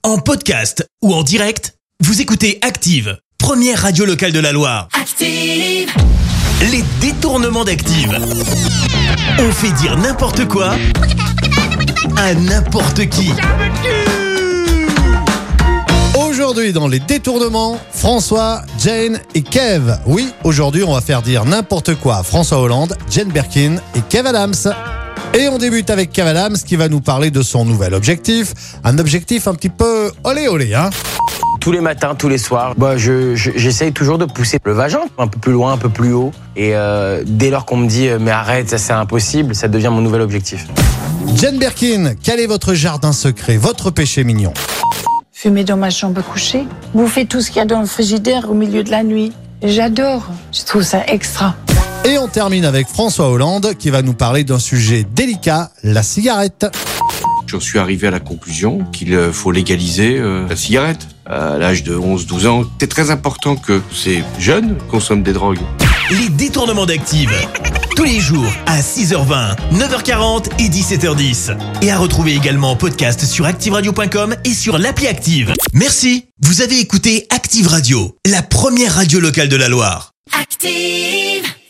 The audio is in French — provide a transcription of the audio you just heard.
En podcast ou en direct, vous écoutez Active, première radio locale de la Loire. Active! Les détournements d'Active. On fait dire n'importe quoi à n'importe qui. Aujourd'hui, dans les détournements, François, Jane et Kev. Oui, aujourd'hui, on va faire dire n'importe quoi à François Hollande, Jane Birkin et Kev Adams. Et on débute avec Kev Adams qui va nous parler de son nouvel objectif. Un objectif un petit peu olé olé, hein. Tous les matins, tous les soirs, j'essaye toujours de pousser le vagin un peu plus loin, un peu plus haut. Et dès lors qu'on me dit « mais arrête, ça c'est impossible », ça devient mon nouvel objectif. Jane Birkin, quel est votre jardin secret, votre péché mignon? Fumer dans ma chambre à coucher, bouffer tout ce qu'il y a dans le frigidaire au milieu de la nuit. J'adore, je trouve ça extra. Et on termine avec François Hollande qui va nous parler d'un sujet délicat, la cigarette. J'en suis arrivé à la conclusion qu'il faut légaliser la cigarette. À l'âge de 11-12 ans, c'est très important que ces jeunes consomment des drogues. Les détournements d'Active. Tous les jours à 6h20, 9h40 et 17h10. Et à retrouver également en podcast sur activeradio.com et sur l'appli Active. Merci. Vous avez écouté Active Radio, la première radio locale de la Loire. Active!